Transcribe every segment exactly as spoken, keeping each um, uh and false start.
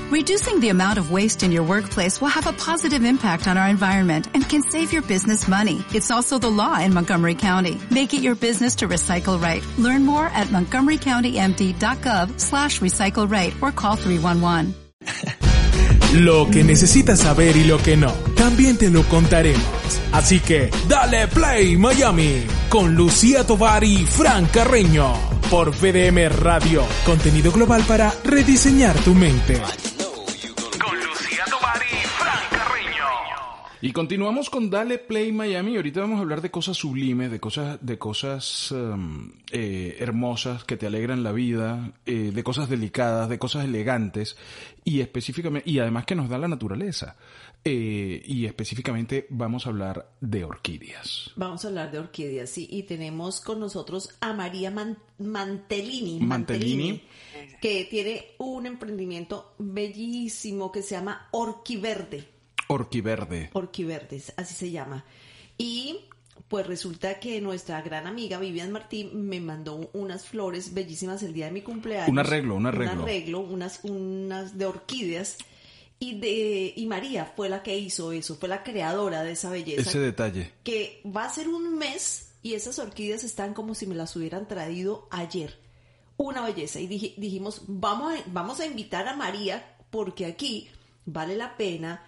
Reducing the amount of waste in your workplace will have a positive impact on our environment and can save your business money. It's also the law in Montgomery County. Make it your business to recycle right. Learn more at montgomery county m d dot gov slash recycle right or call three one one. Lo que necesitas saber y lo que no, también te lo contaremos. Así que, dale play Miami con Lucía Tovar y Fran Carreño por V D M Radio. Contenido global para rediseñar tu mente. Con Lucía Tovar y Fran Carreño. Y continuamos con Dale Play Miami. Ahorita vamos a hablar de cosas sublimes, de cosas, de cosas um, eh, hermosas que te alegran la vida, eh, de cosas delicadas, de cosas elegantes y específicamente y además que nos da la naturaleza. Eh, y específicamente vamos a hablar de orquídeas. Vamos a hablar de orquídeas, sí, y tenemos con nosotros a María Man- Mantellini, Mantellini, que tiene un emprendimiento bellísimo que se llama Orquiverde. Orquiverde. Orquiverde, así se llama. Y pues resulta que nuestra gran amiga Vivian Martín me mandó unas flores bellísimas el día de mi cumpleaños. Un arreglo, un arreglo. Un arreglo, unas, unas de orquídeas. Y de y María fue la que hizo eso, fue la creadora de esa belleza. Ese detalle. Que va a ser un mes y esas orquídeas están como si me las hubieran traído ayer. Una belleza. Y dij, dijimos, vamos a, vamos a invitar a María porque aquí vale la pena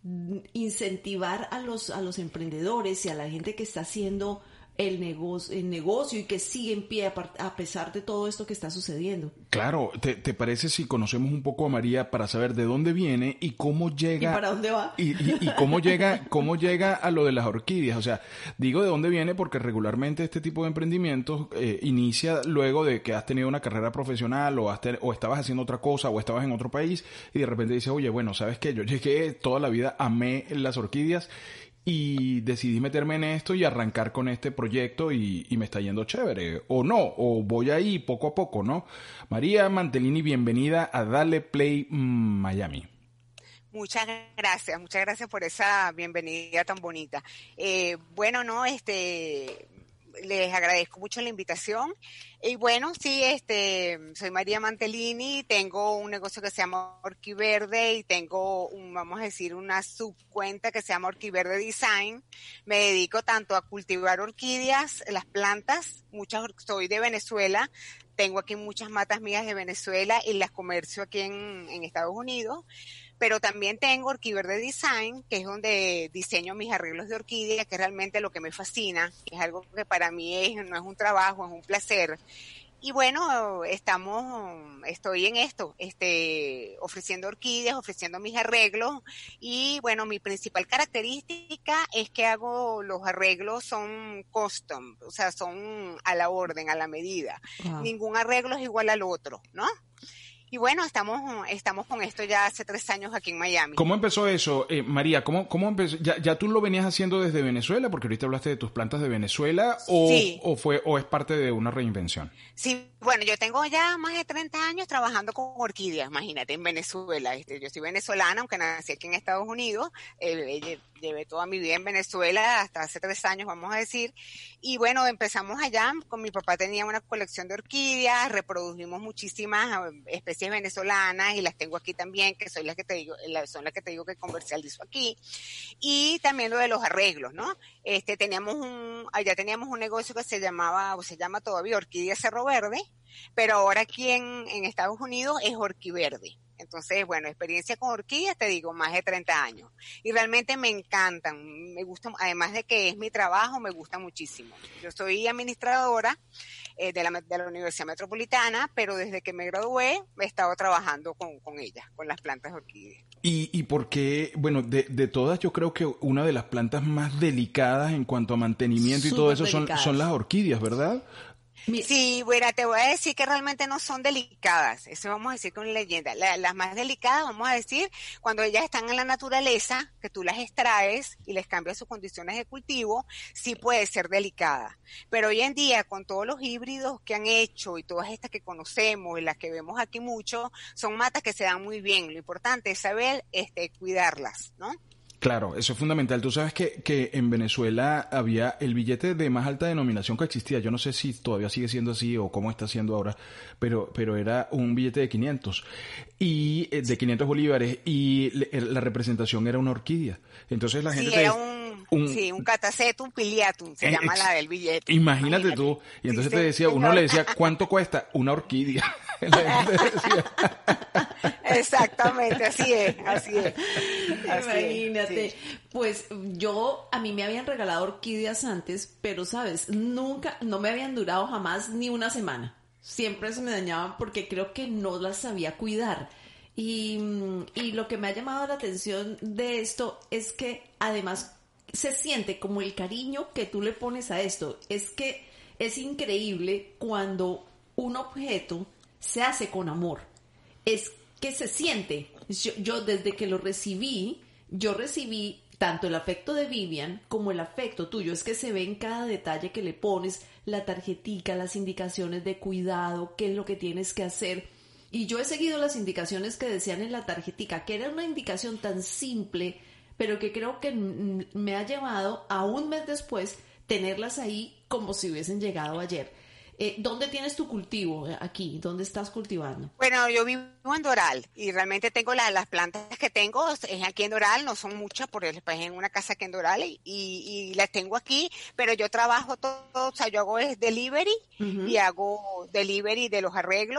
incentivar a los, a los emprendedores y a la gente que está haciendo el negocio, el negocio y que sigue en pie a pesar de todo esto que está sucediendo. Claro, ¿te, te parece si conocemos un poco a María para saber de dónde viene y cómo llega? ¿Y para dónde va? Y, y, y cómo llega, cómo llega a lo de las orquídeas. O sea, digo de dónde viene porque regularmente este tipo de emprendimientos eh, inicia luego de que has tenido una carrera profesional o, has ten, o estabas haciendo otra cosa o estabas en otro país y de repente dices, oye, bueno, ¿sabes qué? Yo llegué toda la vida, amé las orquídeas y decidí meterme en esto y arrancar con este proyecto y, y me está yendo chévere. O no, o voy ahí poco a poco, ¿no? María Mantellini, bienvenida a Dale Play Miami. Muchas gracias, muchas gracias por esa bienvenida tan bonita. Eh, bueno, no, este... les agradezco mucho la invitación. Y bueno, sí, este, soy María Mantellini, tengo un negocio que se llama Orquiverde y tengo, un, vamos a decir, una subcuenta que se llama Orquiverde Design. Me dedico tanto a cultivar orquídeas, las plantas, muchas, soy de Venezuela, tengo aquí muchas matas mías de Venezuela y las comercio aquí en, en Estados Unidos. Pero también tengo Orquiverde Design, que es donde diseño mis arreglos de orquídea, que es realmente lo que me fascina, es algo que para mí es, no es un trabajo, es un placer. Y bueno, estamos, estoy en esto, este, ofreciendo orquídeas, ofreciendo mis arreglos. Y bueno, mi principal característica es que hago, los arreglos son custom, o sea, son a la orden, a la medida. Wow. Ningún arreglo es igual al otro, ¿no? Y bueno, estamos estamos con esto ya hace tres años aquí en Miami. ¿Cómo empezó eso, eh, María? ¿Cómo cómo empezó? ¿Ya, ¿Ya tú lo venías haciendo desde Venezuela? Porque ahorita hablaste de tus plantas de Venezuela. ¿O, sí. o fue o es parte de una reinvención? Sí, bueno, yo tengo ya más de treinta años trabajando con orquídeas, imagínate, en Venezuela. Este, yo soy venezolana, aunque nací aquí en Estados Unidos. Eh, llevé toda mi vida en Venezuela, hasta hace tres años, vamos a decir. Y bueno, empezamos allá. Con mi papá tenía una colección de orquídeas, reprodujimos muchísimas especies venezolanas y las tengo aquí también, que son las que te digo, son las que te digo que comercializo aquí. Y también lo de los arreglos, ¿no? Este, teníamos un, allá teníamos un negocio que se llamaba, o se llama todavía Orquídea Cerro Verde, pero ahora aquí en, en Estados Unidos es Orquiverde. Entonces, bueno, experiencia con orquídeas, te digo, más de treinta años. Y realmente me encantan, me gustan, además de que es mi trabajo, me gusta muchísimo. Yo soy administradora eh, de, la, de la Universidad Metropolitana, pero desde que me gradué he estado trabajando con, con ellas, con las plantas de orquídeas. Y, y porque, bueno, de, de todas yo creo que una de las plantas más delicadas en cuanto a mantenimiento Súper y todo eso son, son las orquídeas, ¿verdad? Sí, bueno, te voy a decir que realmente no son delicadas, eso vamos a decir con leyenda. La, las más delicadas, vamos a decir, cuando ellas están en la naturaleza, que tú las extraes y les cambias sus condiciones de cultivo, sí puede ser delicada. Pero hoy en día, con todos los híbridos que han hecho y todas estas que conocemos y las que vemos aquí mucho, son matas que se dan muy bien. Lo importante es saber este, cuidarlas, ¿no? Claro, eso es fundamental. Tú sabes que, que en Venezuela había el billete de más alta denominación que existía. Yo no sé si todavía sigue siendo así o cómo está siendo ahora, pero, pero era un billete de quinientos y eh, de quinientos bolívares y le, la representación era una orquídea. Entonces la gente sí, te era un, un, sí, un catasetum piliatum, se eh, llama ex, la del billete. Imagínate, imagínate tú. Y entonces sí, te decía, uno le decía, ¿cuánto cuesta? Una orquídea. La gente decía. Exactamente, así es, así es. Así Imagínate. es, sí. Pues yo, a mí me habían regalado orquídeas antes, pero sabes, nunca, no me habían durado jamás ni una semana. Siempre se me dañaban porque creo que no las sabía cuidar. Y, y lo que me ha llamado la atención de esto es que además se siente como el cariño que tú le pones a esto. Es que es increíble cuando un objeto se hace con amor. Es que se siente. Yo, yo desde que lo recibí, yo recibí tanto el afecto de Vivian como el afecto tuyo. Es que se ve en cada detalle que le pones, la tarjetica, las indicaciones de cuidado, qué es lo que tienes que hacer. Y yo he seguido las indicaciones que decían en la tarjetica, que era una indicación tan simple, pero que creo que me ha llevado a un mes después tenerlas ahí como si hubiesen llegado ayer. Eh, ¿Dónde tienes tu cultivo aquí? ¿Dónde estás cultivando? Bueno, yo vivo en Doral y realmente tengo la, las plantas que tengo es aquí en Doral, no son muchas porque pues, en una casa aquí en Doral y, y, y las tengo aquí, pero yo trabajo todo, o sea, yo hago delivery uh-huh. y hago delivery de los arreglos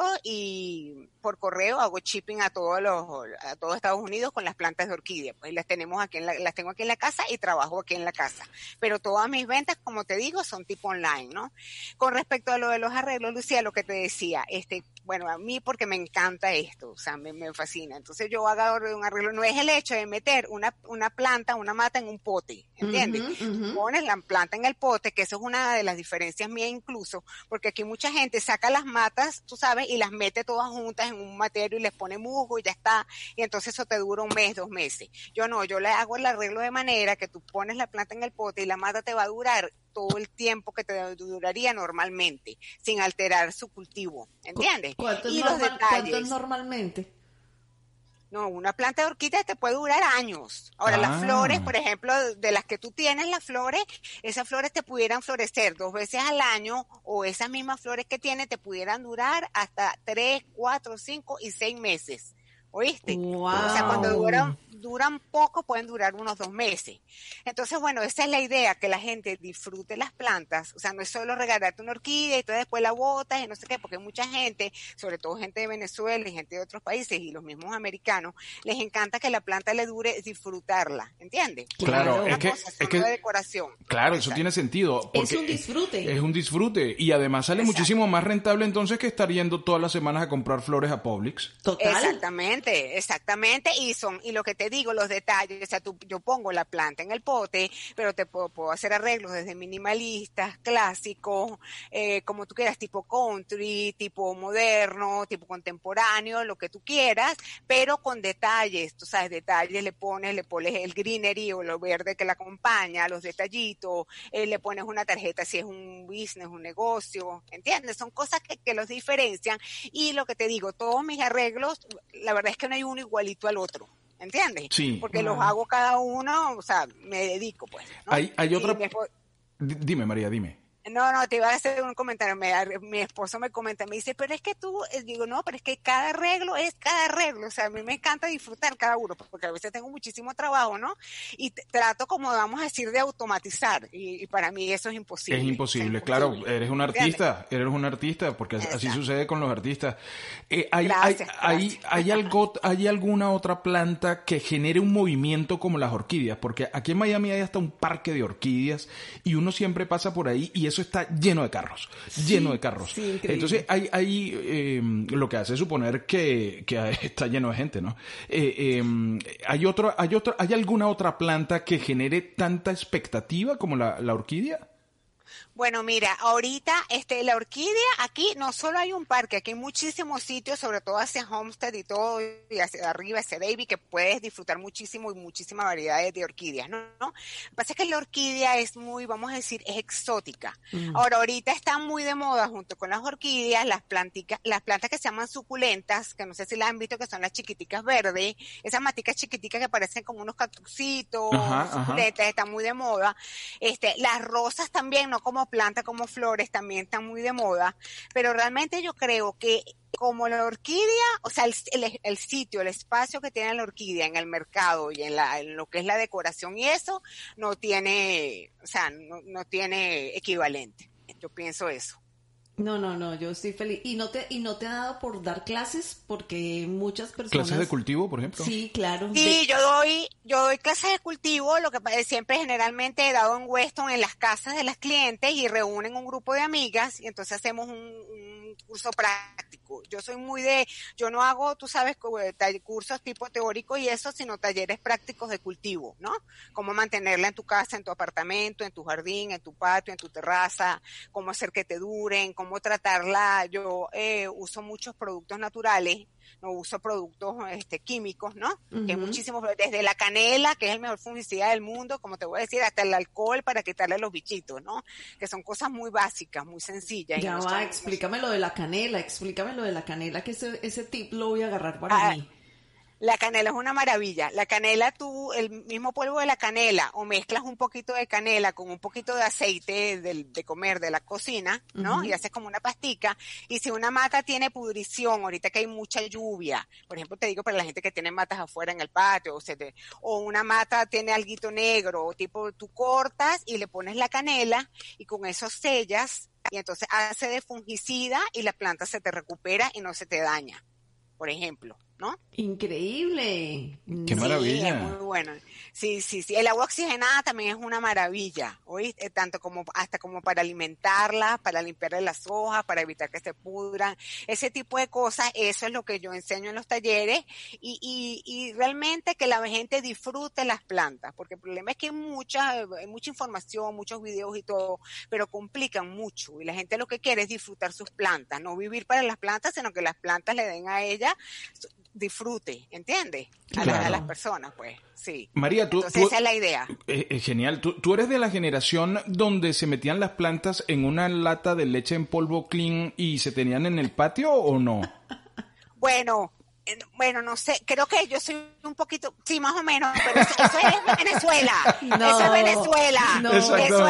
y por correo hago shipping a todos los a todo Estados Unidos con las plantas de orquídea, pues las tenemos aquí en la, las tengo aquí en la casa y trabajo aquí en la casa, pero todas mis ventas, como te digo, son tipo online, ¿no? Con respecto a lo de los arreglos, Lucía, lo que te decía, este, bueno, a mí porque me encanta esto, o sea, me, me fascina. Entonces yo hago un arreglo, no es el hecho de meter una, una planta, una mata en un pote, ¿entiendes? Uh-huh, uh-huh. Pones la planta en el pote, que eso es una de las diferencias mías incluso, porque aquí mucha gente saca las matas, tú sabes, y las mete todas juntas en un matero y les pone musgo y ya está, y entonces eso te dura un mes, dos meses. Yo no, yo le hago el arreglo de manera que tú pones la planta en el pote y la mata te va a durar todo el tiempo que te duraría normalmente, sin alterar su cultivo, ¿entiendes? ¿Cuánto, y normal, los detalles, ¿cuánto es normalmente? No, una planta de orquídea te puede durar años. Ahora, ah. las flores, por ejemplo, de las que tú tienes, las flores, esas flores te pudieran florecer dos veces al año, o esas mismas flores que tienes te pudieran durar hasta tres, cuatro, cinco y seis meses. ¿Oíste? Wow. O sea, cuando duran, duran poco, pueden durar unos dos meses. Entonces, bueno, esa es la idea, que la gente disfrute las plantas. O sea, no es solo regalarte una orquídea y tú después la botas y no sé qué, porque mucha gente, sobre todo gente de Venezuela y gente de otros países y los mismos americanos, les encanta que la planta le dure disfrutarla, ¿entiendes? Claro, es, es que, cosa, es que de decoración. Claro, eso tiene sentido. Es un disfrute. Es, es un disfrute y además sale Exacto. muchísimo más rentable entonces que estar yendo todas las semanas a comprar flores a Publix. Total. Exactamente, exactamente. Y son, y lo que te digo, los detalles, o sea, tú, yo pongo la planta en el pote, pero te puedo, puedo hacer arreglos desde minimalistas, clásicos, eh, como tú quieras, tipo country, tipo moderno, tipo contemporáneo, lo que tú quieras, pero con detalles, tú sabes, detalles, le pones, le pones el greenery o lo verde que la acompaña, los detallitos, eh, le pones una tarjeta si es un business, un negocio, ¿entiendes? Son cosas que, que los diferencian y lo que te digo, todos mis arreglos, la verdad es que no hay uno igualito al otro. ¿Entiendes? Sí. Porque Bueno. los hago cada uno, o sea, me dedico, pues, ¿no? Hay, hay otra... Mi esposo... Dime, María, dime. No, no, te iba a hacer un comentario. Me, mi esposo me comenta, me dice, pero es que tú, digo, no, pero es que cada arreglo es cada arreglo. O sea, a mí me encanta disfrutar cada uno, porque a veces tengo muchísimo trabajo, ¿no? Y t- trato, como vamos a decir, de automatizar. Y, y para mí eso es imposible. Es imposible, es claro. imposible. Eres un artista, ¿Entiendes? eres un artista, porque Exacto. así sucede con los artistas. Eh, hay, Gracias, hay, gracias. hay, hay, algo, ¿Hay alguna otra planta que genere un movimiento como las orquídeas? Porque aquí en Miami hay hasta un parque de orquídeas y uno siempre pasa por ahí y eso está lleno de carros, sí, lleno de carros. Sí, entonces hay, hay eh, lo que hace suponer que, que está lleno de gente, ¿no? Eh, eh, hay otro, hay otro, ¿hay alguna otra planta que genere tanta expectativa como la, la orquídea? Bueno, mira, ahorita este, la orquídea, aquí no solo hay un parque, aquí hay muchísimos sitios, sobre todo hacia Homestead y todo, y hacia arriba, hacia Davie, que puedes disfrutar muchísimo y muchísima variedad de, de orquídeas, ¿no? ¿no? Lo que pasa es que la orquídea es muy, vamos a decir, es exótica. Mm. Ahora, ahorita está muy de moda, junto con las orquídeas, las planticas, las plantas que se llaman suculentas, que no sé si las han visto, que son las chiquiticas verdes, esas maticas chiquiticas que parecen como unos cactucitos, ajá, suculentas, ajá. Están muy de moda. Este, las rosas también, no como plantas, como flores, también están muy de moda, pero realmente yo creo que como la orquídea, o sea, el, el, el sitio, el espacio que tiene la orquídea en el mercado y en, la, en lo que es la decoración y eso, no tiene, o sea, no, no tiene equivalente. Yo pienso eso. No, no, no, yo estoy feliz. ¿Y no te y no te ha dado por dar clases? Porque muchas personas... ¿Clases de cultivo, por ejemplo? Sí, claro. Sí, de... yo doy yo doy clases de cultivo, lo que siempre generalmente he dado en Weston, en las casas de las clientes, y reúnen un grupo de amigas, y entonces hacemos un, un curso práctico. Yo soy muy de... Yo no hago, tú sabes, cursos tipo teórico y eso, sino talleres prácticos de cultivo, ¿no? Cómo mantenerla en tu casa, en tu apartamento, en tu jardín, en tu patio, en tu terraza, cómo hacer que te duren, cómo cómo tratarla. Yo eh, uso muchos productos naturales, no uso productos este, químicos, ¿no? Uh-huh. Que hay muchísimos, desde la canela, que es el mejor fungicida del mundo, como te voy a decir, hasta el alcohol para quitarle los bichitos, ¿no? Que son cosas muy básicas, muy sencillas. Ya no va, son, explícame no... lo de la canela, explícame lo de la canela, que ese, ese tip lo voy a agarrar para ah, mí. La canela es una maravilla. La canela, tú, el mismo polvo de la canela, o mezclas un poquito de canela con un poquito de aceite de, de comer de la cocina, ¿no? Uh-huh. Y haces como una pastica. Y si una mata tiene pudrición, ahorita que hay mucha lluvia, por ejemplo, te digo para la gente que tiene matas afuera en el patio, o, se te, o una mata tiene alguito negro, o tipo, tú cortas y le pones la canela y con eso sellas, y entonces hace de fungicida y la planta se te recupera y no se te daña, por ejemplo, ¿no? Increíble. Qué sí, maravilla. Es muy bueno. Sí, sí, sí. El agua oxigenada también es una maravilla, ¿oíste? Tanto como, hasta como para alimentarla, para limpiarle las hojas, para evitar que se pudran. Ese tipo de cosas, eso es lo que yo enseño en los talleres y, y, y realmente que la gente disfrute las plantas, porque el problema es que hay mucha, hay mucha información, muchos videos y todo, pero complican mucho y la gente lo que quiere es disfrutar sus plantas, no vivir para las plantas, sino que las plantas le den a ella disfrute, ¿entiendes? A, claro. la, a las personas, pues, sí. María, tú... Entonces, tú, esa es la idea. Eh, eh, genial. ¿Tú, tú eres de la generación donde se metían las plantas en una lata de leche en polvo clean y se tenían en el patio o no? Bueno... Bueno, no sé, creo que yo soy un poquito, sí, más o menos, pero eso, eso es Venezuela, no, eso es Venezuela, no, eso es, eso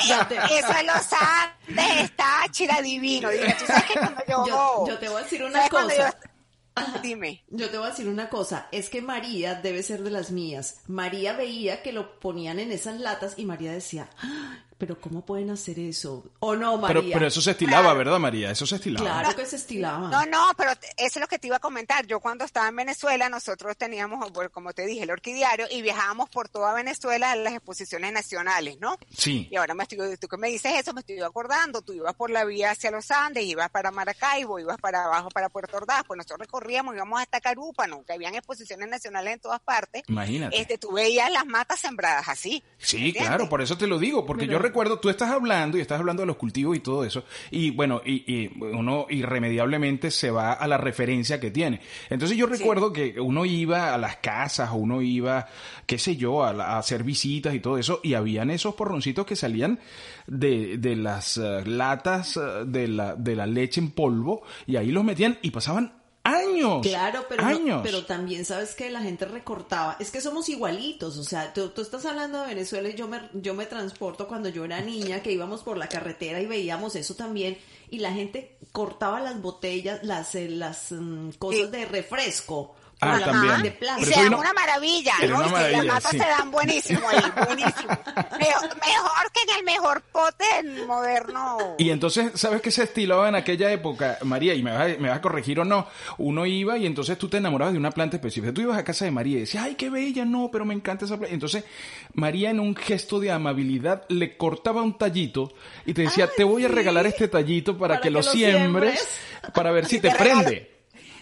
es Los Andes, está Táchira divino. Dime, tú sabes que cuando yo... Yo, yo te voy a decir una cosa. Yo, dime. Yo te voy a decir una cosa, es que María debe ser de las mías. María veía que lo ponían en esas latas y María decía... pero ¿cómo pueden hacer eso? ¿O no, María? Pero, pero eso se estilaba, claro. ¿Verdad, María? Eso se estilaba. Claro no, que se estilaba. No, no, pero eso es lo que te iba a comentar. Yo cuando estaba en Venezuela, nosotros teníamos, como te dije, el orquidiario y viajábamos por toda Venezuela a las exposiciones nacionales, ¿no? Sí. Y ahora me estoy, tú que me dices eso, me estoy acordando. Tú ibas por la vía hacia los Andes, ibas para Maracaibo, ibas para abajo para Puerto Ordaz. Pues nosotros recorríamos, íbamos hasta Carúpano, que habían exposiciones nacionales en todas partes. Imagínate. Este, tú veías las matas sembradas así. Sí, ¿entiendes? Claro, por eso te lo digo, porque pero... yo recuerdo, tú estás hablando y estás hablando de los cultivos y todo eso, y bueno, y, y uno irremediablemente se va a la referencia que tiene. Entonces yo recuerdo sí. que uno iba a las casas, o uno iba, qué sé yo, a, a hacer visitas y todo eso, y habían esos porroncitos que salían de, de las uh, latas uh, de la, de la leche en polvo, y ahí los metían y pasaban años. Claro, pero, años. No, pero también sabes que la gente recortaba. Es que somos igualitos, o sea, tú, tú estás hablando de Venezuela y yo me, yo me transporto cuando yo era niña, que íbamos por la carretera y veíamos eso también, y la gente cortaba las botellas, las, las um, cosas sí. de refresco. Ah, la también. De y se dan vino... una maravilla, ¿no? Una maravilla, las matas sí. se dan buenísimo ahí, buenísimo. Mejor, mejor que en el mejor pote moderno. Y entonces, ¿sabes qué se estilaba en aquella época, María? Y me vas, a, me vas a corregir o no. Uno iba y entonces tú te enamorabas de una planta específica. Tú ibas a casa de María y decías, ay, qué bella, no, pero me encanta esa planta. Entonces, María en un gesto de amabilidad le cortaba un tallito y te decía, ay, te voy a regalar sí. este tallito para, para que, que lo siembres, siembres, para ver si te, te prende.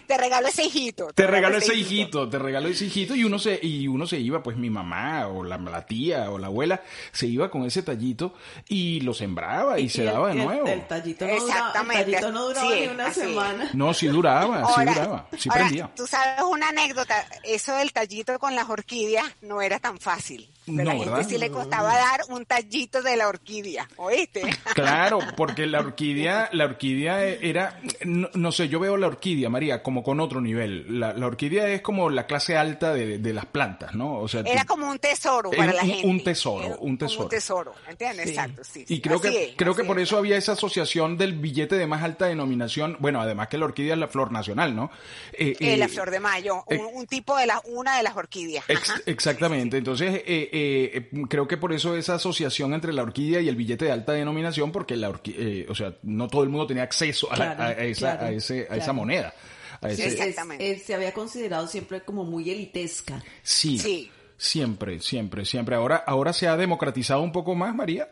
te regalo ese hijito. Te, te regalo ese hijito. hijito, te regalo ese hijito y uno se y uno se iba, pues mi mamá o la, la tía o la abuela se iba con ese tallito y lo sembraba y, y se daba el, de nuevo. El, el tallito no duraba, el tallito no duraba sí, ni una semana. Es. No, sí duraba, ahora, sí duraba, sí ahora, prendía. Tú sabes una anécdota, eso del tallito con las orquídeas no era tan fácil. Pero no, a la gente ¿verdad? Sí le costaba dar un tallito de la orquídea, ¿oíste? Claro, porque la orquídea, la orquídea era, no, no sé, yo veo la orquídea, María, como con otro nivel. La, la orquídea es como la clase alta de, de las plantas, ¿no? O sea, era tú, como un tesoro para un, la gente. Un tesoro, era un tesoro. Un tesoro, ¿entiendes? Sí. Exacto, sí. Y sí. creo así que, es, creo que por es, eso había esa asociación del billete de más alta denominación. Bueno, además que la orquídea es la flor nacional, ¿no? Eh, eh, la flor de mayo, eh, un, un tipo de la, una de las orquídeas. Ex, exactamente. Entonces, eh, eh, creo que por eso esa asociación entre la orquídea y el billete de alta denominación, porque la orquídea, eh, o sea, no todo el mundo tenía acceso a, claro, a, a, esa, claro, a, ese, a claro. esa moneda. A ese... Sí, exactamente. Es, es, se había considerado siempre como muy elitesca. Sí, sí. siempre, siempre, siempre. Ahora, ahora se ha democratizado un poco más, María.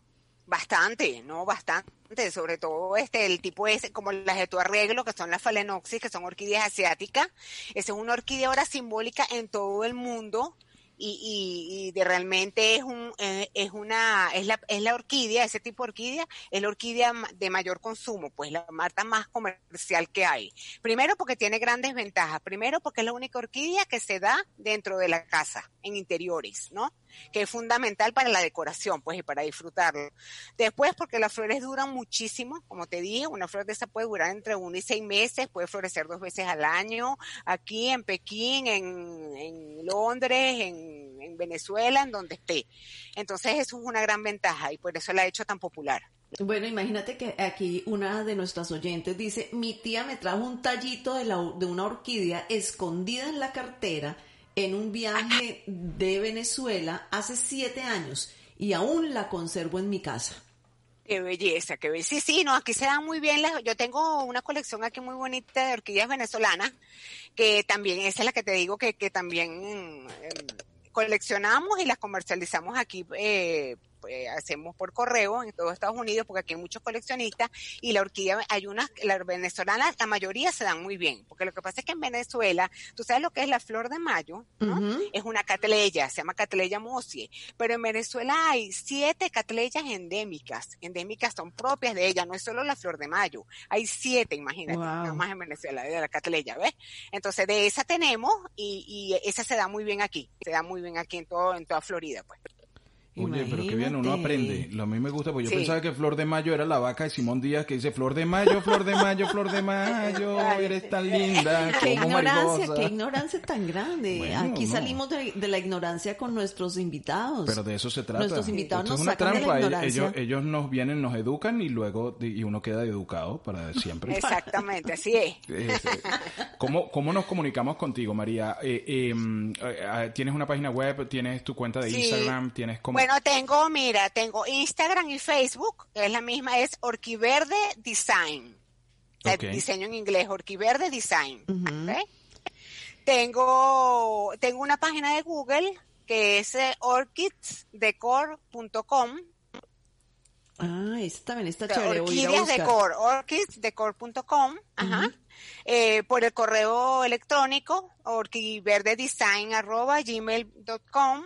Bastante, no, bastante, sobre todo este, el tipo ese, como las de tu arreglo, que son las Phalaenopsis, que son orquídeas asiáticas. Esa es una orquídea ahora simbólica en todo el mundo. Y, y, y de realmente es un eh, es una es la es la orquídea, ese tipo de orquídea es la orquídea de mayor consumo, pues la marca más comercial que hay. Primero porque tiene grandes ventajas, primero porque es la única orquídea que se da dentro de la casa, en interiores, ¿no? Que es fundamental para la decoración, pues, y para disfrutarlo. Después porque las flores duran muchísimo, como te dije, una flor de esa puede durar entre uno y seis meses, puede florecer dos veces al año, aquí en Pekín, en, en Londres, en en Venezuela, en donde esté. Entonces eso es una gran ventaja y por eso la ha hecho tan popular. Bueno, imagínate que aquí una de nuestras oyentes dice, mi tía me trajo un tallito de, la, de una orquídea escondida en la cartera en un viaje de Venezuela hace siete años y aún la conservo en mi casa. Qué belleza, qué belleza. Sí, sí, no, aquí se dan muy bien las, yo tengo una colección aquí muy bonita de orquídeas venezolanas, que también, esa es la que te digo que, que también eh, coleccionamos y las comercializamos aquí, eh, eh, hacemos por correo en todos Estados Unidos, porque aquí hay muchos coleccionistas, y la orquídea, hay unas, las venezolanas, la mayoría se dan muy bien, porque lo que pasa es que en Venezuela, tú sabes lo que es la flor de mayo, ¿no? Uh-huh. Es una catleya, se llama Cattleya mossiae, pero en Venezuela hay siete catleyas endémicas, endémicas son propias de ella, no es solo la flor de mayo, hay siete, imagínate, wow. Nada más en Venezuela, de la catleya, ¿ves? Entonces de esa tenemos, y, y esa se da muy bien aquí, se da muy bien aquí en todo, en toda Florida, pues. Oye, imagínate. Pero qué bien, uno aprende. Lo a mí me gusta, porque yo sí. pensaba que Flor de Mayo era la vaca de Simón Díaz, que dice Flor de Mayo, Flor de Mayo, Flor de Mayo, eres tan linda, qué como ignorancia, mariposa. Qué ignorancia tan grande. Bueno, Aquí no. salimos de, de la ignorancia con nuestros invitados. Pero de eso se trata. Nuestros invitados Esto nos es una sacan trampa. de la ignorancia. Ellos, ellos nos vienen, nos educan y luego y uno queda educado para siempre. Exactamente, así es. ¿Cómo, cómo nos comunicamos contigo, María? Eh, eh, ¿Tienes una página web? ¿Tienes tu cuenta de sí. Instagram? ¿Tienes cómo? Bueno, tengo mi Mira, tengo Instagram y Facebook, es la misma, es Orquiverde Design. Okay. El diseño en inglés, Orquiverde Design. Uh-huh. ¿Okay? Tengo, tengo una página de Google que es eh, orchids decor punto com. Ah, esta también está chévere. Orquídeas Decor, orchids decor punto com. Ajá. Uh-huh. Eh, por el correo electrónico, orquiverdedesign arroba gmail punto com.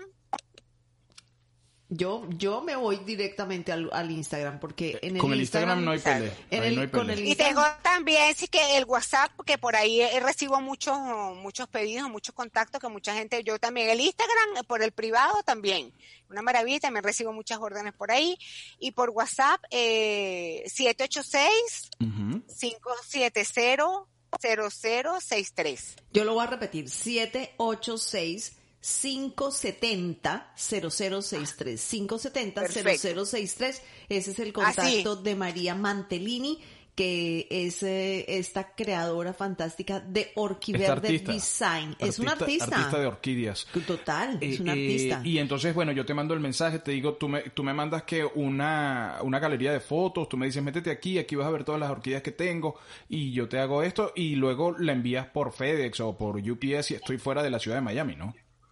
Yo yo me voy directamente al, al Instagram porque en el con el Instagram, Instagram no hay pelea. En el, no hay con el y tengo también sí que el WhatsApp, que por ahí recibo muchos muchos pedidos, muchos contactos, que mucha gente, yo también el Instagram por el privado también, una maravilla, también recibo muchas órdenes por ahí, y por WhatsApp eh, siete ocho seis, cinco siete cero, cero cero seis tres. Yo lo voy a repetir, siete ocho seis cinco setenta cero cero sesenta y tres cinco setenta cero cero sesenta y tres. Ese es el contacto Así. de María Mantelini, que es eh, esta creadora fantástica de Orquiverde Design. Artista, es una artista. Artista de orquídeas. Total, eh, es una eh, artista. Y entonces, bueno, yo te mando el mensaje, te digo, tú me, tú me mandas que una, una galería de fotos, tú me dices, métete aquí, aquí vas a ver todas las orquídeas que tengo, y yo te hago esto, y luego la envías por FedEx o por U P S si estoy fuera de la ciudad de Miami, ¿no?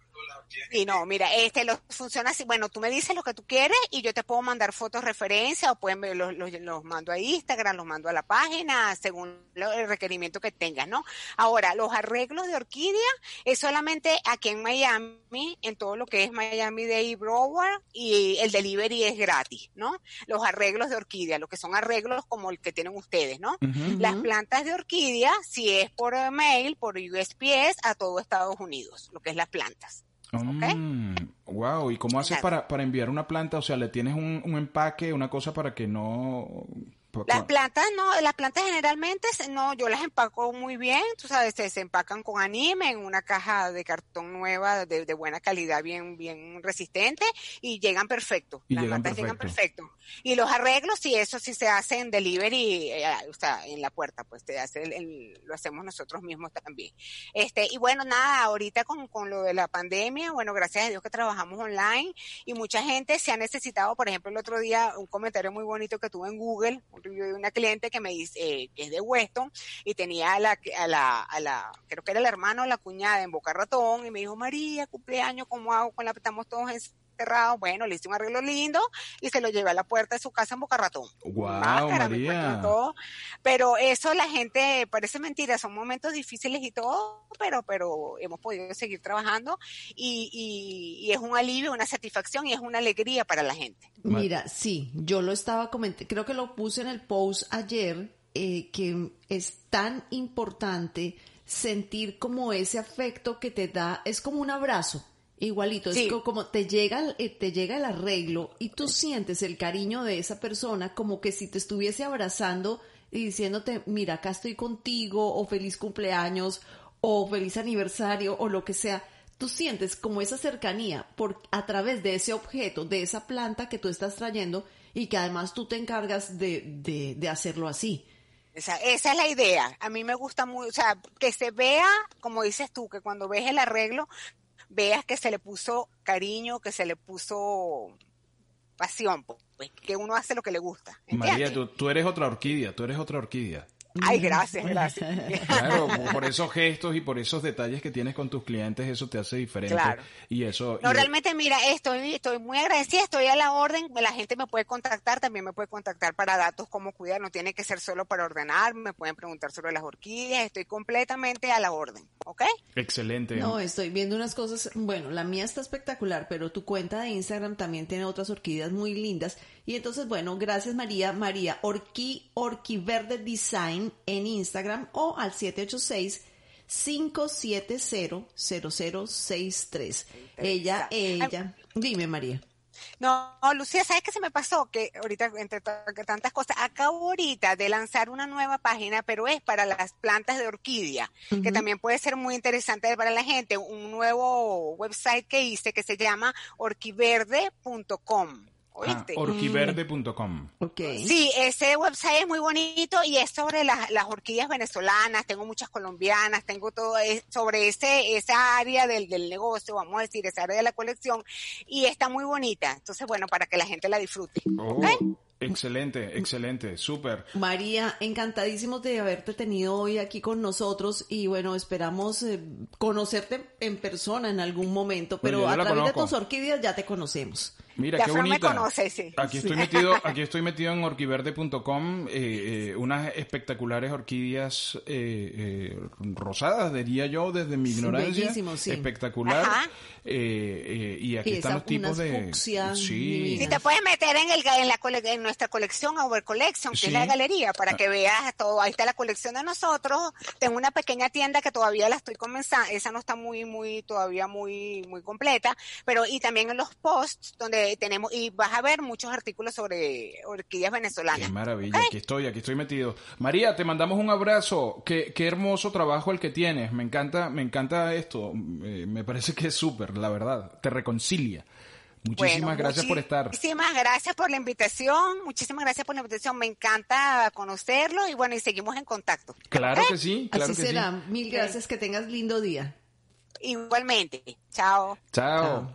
Sí, no, mira, este lo, funciona así. Bueno, tú me dices lo que tú quieres y yo te puedo mandar fotos referencia o pueden ver, los, los, los mando a Instagram, los mando a la página según lo, el requerimiento que tengas, ¿no? Ahora, los arreglos de orquídea es solamente aquí en Miami, en todo lo que es Miami-Dade Broward, y el delivery es gratis, ¿no? Los arreglos de orquídea, lo que son arreglos como el que tienen ustedes, ¿no? Uh-huh. Las plantas de orquídea, si es por mail, por U S P S, a todo Estados Unidos, lo que es las plantas. ¿Okay? Mm, wow, ¿y cómo haces para, para enviar una planta? O sea, ¿le tienes un, un empaque, una cosa para que no...? Las plantas no, las plantas generalmente no, yo las empaco muy bien, tú sabes, se, se empacan con anime en una caja de cartón nueva de, de buena calidad, bien, bien resistente y llegan perfecto. Y las llegan plantas perfecto. llegan perfecto. Y los arreglos, sí, eso sí se hace en delivery, eh, o sea, en la puerta, pues te hace el, el, lo hacemos nosotros mismos también. Este, y bueno, nada, ahorita con, con lo de la pandemia, bueno, gracias a Dios que trabajamos online y mucha gente se ha necesitado, por ejemplo, el otro día un comentario muy bonito que tuve en Google, de una cliente que me dice eh, que es de Weston y tenía a la, a la, a la, creo que era el hermano o la cuñada en Boca Ratón y me dijo, María, cumpleaños, ¿cómo hago con la, estamos todos encerrados? Bueno, le hice un arreglo lindo y se lo llevé a la puerta de su casa en Boca Ratón. Wow, Máscara, María. Todo. Pero eso la gente, parece mentira, son momentos difíciles y todo, pero, pero hemos podido seguir trabajando y, y, y es un alivio, una satisfacción y es una alegría para la gente. Mira, sí, yo lo estaba comentando, creo que lo puse en el post ayer, eh, que es tan importante sentir como ese afecto que te da, es como un abrazo, igualito, sí. Es como, como te llega, eh, te llega el arreglo y tú sientes el cariño de esa persona como que si te estuviese abrazando y diciéndote, mira, acá estoy contigo, o feliz cumpleaños, o feliz aniversario, o lo que sea. Tú sientes como esa cercanía por a través de ese objeto, de esa planta que tú estás trayendo y que además tú te encargas de, de, de hacerlo así. Esa, esa es la idea. A mí me gusta mucho, o sea, que se vea, como dices tú, que cuando ves el arreglo, veas que se le puso cariño, que se le puso pasión, pues, que uno hace lo que le gusta. ¿Entiendes? María, tú, tú eres otra orquídea, tú eres otra orquídea. Ay, gracias, gracias. Claro, por esos gestos y por esos detalles que tienes con tus clientes, eso te hace diferente. Claro. Y eso. No, y... realmente, mira, estoy, estoy muy agradecida, estoy a la orden. La gente me puede contactar, también me puede contactar para datos, cómo cuidar. No tiene que ser solo para ordenar, me pueden preguntar sobre las orquídeas. Estoy completamente a la orden, ¿ok? Excelente. No, estoy viendo unas cosas. Bueno, la mía está espectacular, pero tu cuenta de Instagram también tiene otras orquídeas muy lindas. Y entonces, bueno, gracias María. María Orquí, Orquiverde Design en Instagram o al siete ocho seis, cinco siete cero, cero cero seis tres. Ella, ella. Dime, María. No, Lucía, ¿sabes qué se me pasó? Que ahorita, entre t- tantas cosas, acabo ahorita de lanzar una nueva página, pero es para las plantas de orquídea, uh-huh. que también puede ser muy interesante para la gente. Un nuevo website que hice que se llama orquiverde punto com. ¿Oíste? Ah, orquiverde punto com. Okay. Sí, ese website es muy bonito y es sobre las, las orquídeas venezolanas, tengo muchas colombianas, tengo todo es sobre ese esa área del, del negocio, vamos a decir, esa área de la colección, y está muy bonita. Entonces, bueno, para que la gente la disfrute. Oh. ¿Okay? Excelente, excelente, súper. María, encantadísimos de haberte tenido hoy aquí con nosotros y bueno, esperamos eh, conocerte en persona en algún momento, pero bueno, a través conozco. de tus orquídeas ya te conocemos. Mira, ya qué Fran bonita. Me conoce, sí. Aquí estoy metido, aquí estoy metido en orquiverde punto com, eh, eh, unas espectaculares orquídeas eh, eh, rosadas, diría yo, desde mi ignorancia. Bellísimo, sí. Espectacular. Eh, eh, y aquí sí, están los tipos de. Fucsias, sí. Si te puedes meter en el en la en nuestra colección Over Collection, que sí. es la galería, para que veas todo. Ahí está la colección de nosotros. Tengo una pequeña tienda que todavía la estoy comenzando. Esa no está muy, muy, todavía muy, muy completa. Pero y también en los posts donde tenemos, y vas a ver muchos artículos sobre orquídeas venezolanas. Qué maravilla, ¿Okay? aquí estoy, aquí estoy metido. María, te mandamos un abrazo, qué, qué hermoso trabajo el que tienes, me encanta, me encanta esto, eh, me parece que es súper, la verdad, te reconcilia. Muchísimas bueno, gracias muchi- por estar. Muchísimas gracias por la invitación, muchísimas gracias por la invitación, me encanta conocerlo y bueno, y seguimos en contacto. Claro ¿Okay? que sí, claro Así que será. sí. Mil gracias, que tengas lindo día. Igualmente, chao. Chao. Chao.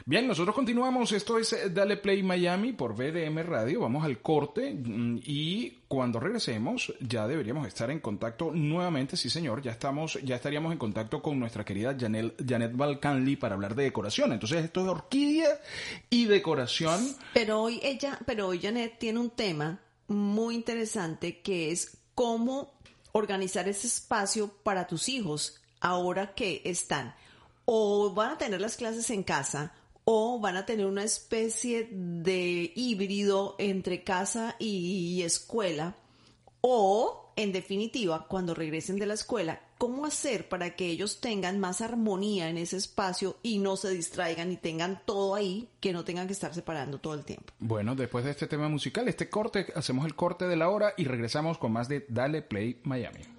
Bien, nosotros continuamos. Esto es Dale Play Miami por B D M Radio. Vamos al corte y cuando regresemos ya deberíamos estar en contacto nuevamente. Sí, señor, ya estamos, ya estaríamos en contacto con nuestra querida Janel, Janet Balcanli para hablar de decoración. Entonces, esto es orquídea y decoración. Pero hoy ella, pero hoy Janet tiene un tema muy interesante que es cómo organizar ese espacio para tus hijos ahora que están o van a tener las clases en casa o van a tener una especie de híbrido entre casa y escuela, o en definitiva cuando regresen de la escuela, cómo hacer para que ellos tengan más armonía en ese espacio y no se distraigan y tengan todo ahí, que no tengan que estar separando todo el tiempo. Bueno, después de este tema musical, este corte, hacemos el corte de la hora y regresamos con más de Dale Play Miami.